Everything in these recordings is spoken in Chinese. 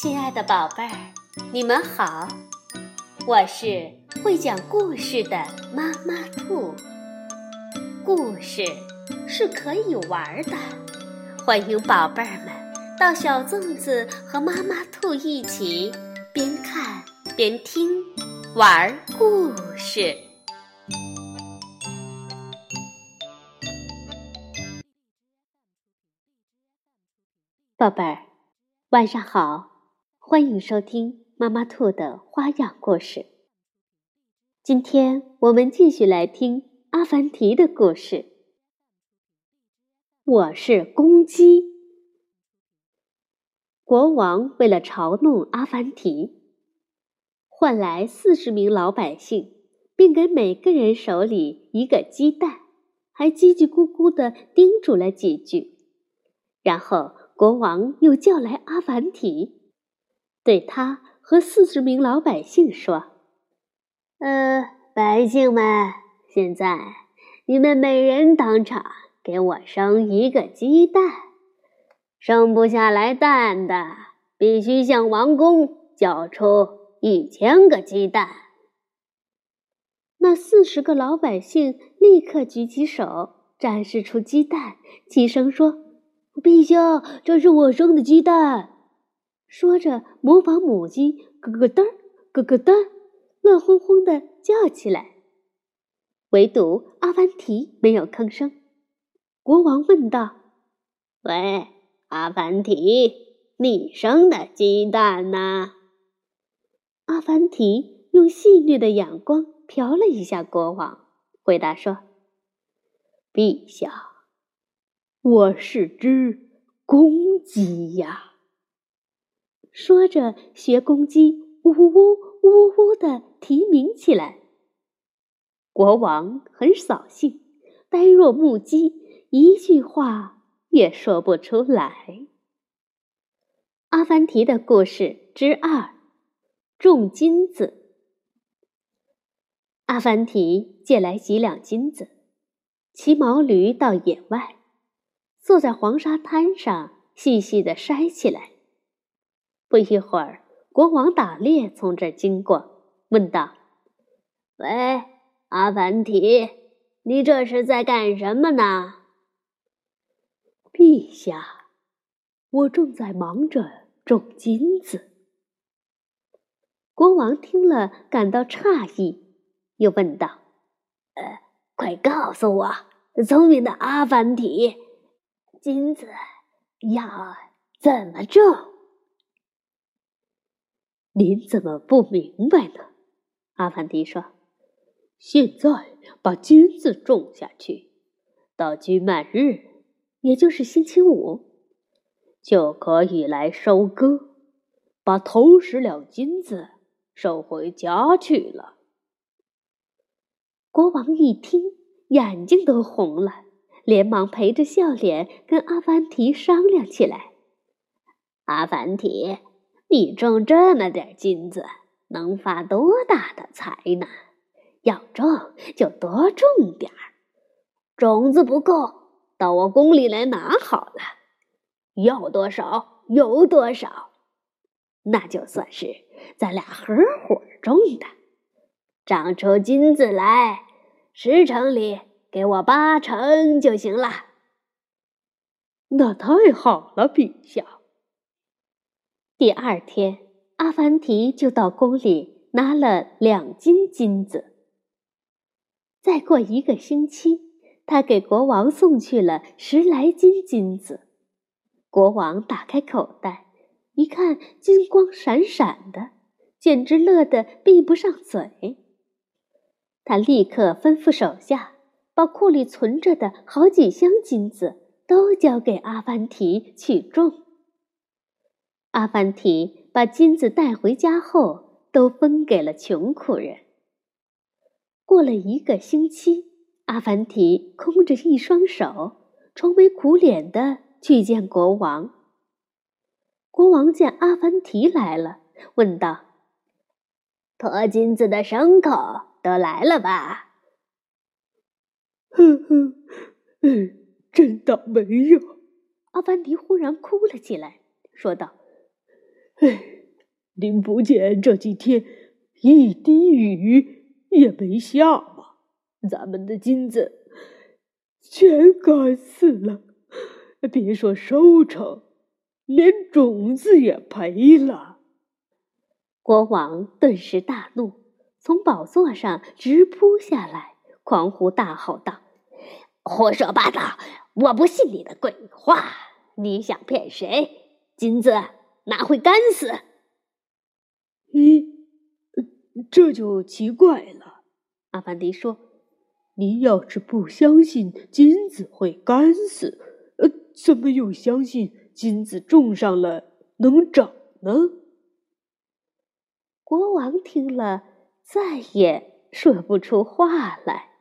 亲爱的宝贝儿，你们好，我是会讲故事的妈妈兔。故事是可以玩的，欢迎宝贝儿们到小粽子和妈妈兔一起边看边听玩故事。宝贝儿，晚上好，欢迎收听妈妈兔的花样故事。今天我们继续来听阿凡提的故事。我是公鸡。国王为了嘲弄阿凡提，唤来40名老百姓，并给每个人手里一个鸡蛋，还叽叽咕咕地叮嘱了几句。然后国王又叫来阿凡提，对他和40名老百姓说：百姓们，现在你们每人当场给我生一个鸡蛋，生不下来蛋的，必须向王宫交出1000个鸡蛋。那40个老百姓立刻举起手，展示出鸡蛋，齐声说：陛下，这是我生的鸡蛋。说着模仿母鸡咯咯噔咯咯噔，乱哄哄地叫起来。唯独阿凡提没有吭声。国王问道：喂，阿凡提，你生的鸡蛋呢？阿凡提用戏谑的眼光瞟了一下国王，回答说：陛下，我是只公鸡呀。说着学公鸡呜呜呜呜地啼鸣起来。国王很扫兴，呆若木鸡，一句话也说不出来。阿凡提的故事之2：种金子。阿凡提借来几两金子，骑毛驴到野外，坐在黄沙滩上细细地筛起来。不一会儿，国王打猎从这儿经过，问道：喂，阿凡提，你这是在干什么呢？陛下，我正在忙着种金子。国王听了感到诧异，又问道：快告诉我，聪明的阿凡提，金子要怎么种？您怎么不明白呢？阿凡提说：现在把金子种下去，到居满日，也就是星期五，就可以来收割，把头10两金子收回家去了。国王一听，眼睛都红了，连忙陪着笑脸跟阿凡提商量起来：阿凡提，你种这么点金子，能发多大的财呢？要种就多种点儿，种子不够，到我宫里来拿好了，要多少有多少，那就算是咱俩合伙种的。长出金子来，10成里给我8成就行了。那太好了，陛下。第2天，阿凡提就到宫里拿了2斤金子。再过1个星期，他给国王送去了10来斤金子。国王打开口袋，一看金光闪闪的，简直乐得闭不上嘴。他立刻吩咐手下，把库里存着的好几箱金子都交给阿凡提去种。阿凡提把金子带回家后，都分给了穷苦人。过了1个星期，阿凡提空着一双手，愁眉苦脸地去见国王。国王见阿凡提来了，问道：驮金子的牲口都来了吧？真倒霉呀！阿凡提忽然哭了起来，说道： 您不见这几天一滴雨也没下吗？咱们的金子全干死了，别说收成，连种子也赔了。” 国王顿时大怒，从宝座上直扑下来，狂呼大吼道：“胡说八道！我不信你的鬼话！你想骗谁？金子哪会干死？” 这就奇怪了。 阿凡提说：“ 你要是不相信金子会干死，怎么又相信金子种上了能长呢？” 国王听了，再也说不出话来。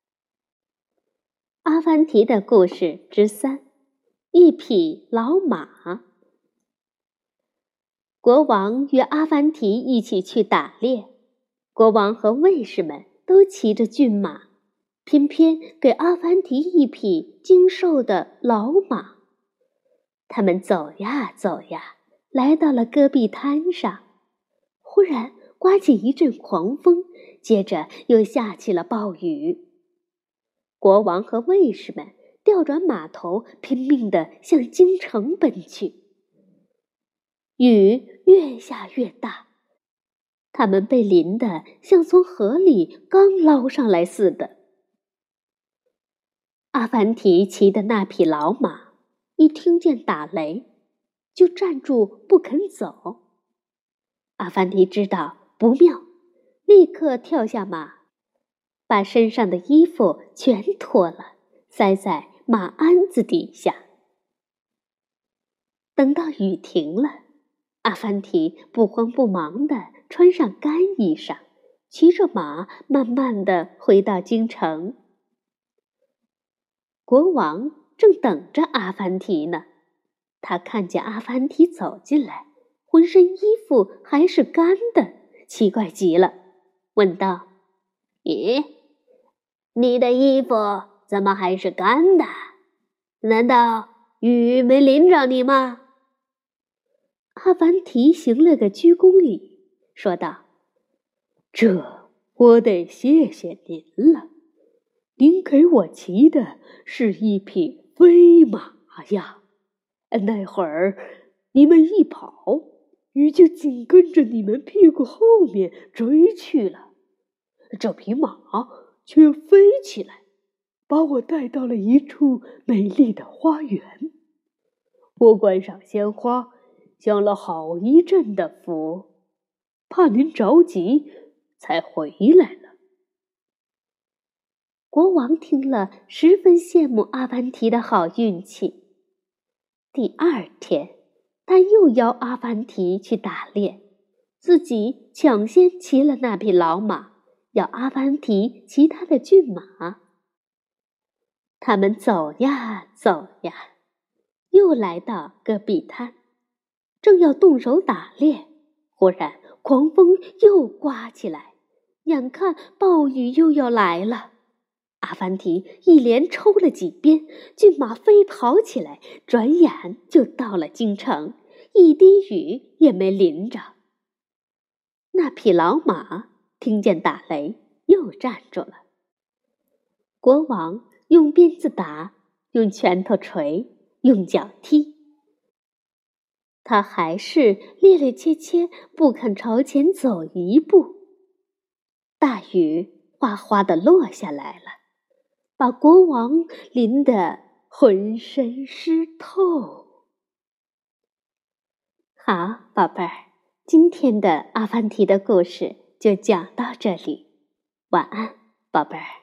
阿凡提的故事之3：一匹老马。国王约阿凡提一起去打猎，国王和卫士们都骑着骏马，偏偏给阿凡提一匹精瘦的老马。他们走呀走呀，来到了戈壁滩上。忽然刮起一阵狂风，接着又下起了暴雨。国王和卫士们调转马头，拼命地向京城奔去。雨越下越大，他们被淋得像从河里刚捞上来似的。阿凡提骑的那匹老马一听见打雷，就站住不肯走。阿凡提知道不妙，立刻跳下马，把身上的衣服全脱了，塞在马鞍子底下。等到雨停了，阿凡提不慌不忙地穿上干衣裳，骑着马慢慢地回到京城。国王正等着阿凡提呢，他看见阿凡提走进来，浑身衣服还是干的，奇怪极了，问道：“咦，你的衣服怎么还是干的？难道雨没淋着你吗？”阿凡提行了个鞠躬礼，说道：“ 这我得谢谢您了，您给我骑的是一匹飞马呀，那会儿你们一跑，雨就紧跟着你们屁股后面追去了，这匹马却飞起来，把我带到了一处美丽的花园。我观赏鲜花，享了好一阵的福，怕您着急，才回来了。” 国王听了，十分羡慕阿凡提的好运气。第2天，他又邀阿凡提去打猎，自己抢先骑了那匹老马，要阿凡提骑他的骏马。他们走呀走呀，又来到戈壁滩，正要动手打猎，忽然狂风又刮起来，眼看暴雨又要来了。阿凡提一连抽了几鞭，骏马飞跑起来，转眼就到了京城，一滴雨也没淋着。那匹老马听见打雷，又站住了。国王用鞭子打，用拳头捶，用脚踢，他还是趔趔趄趄，不肯朝前走一步。大雨哗哗地落下来了，把国王淋得浑身湿透。好，宝贝儿，今天的阿凡提的故事就讲到这里，晚安，宝贝儿。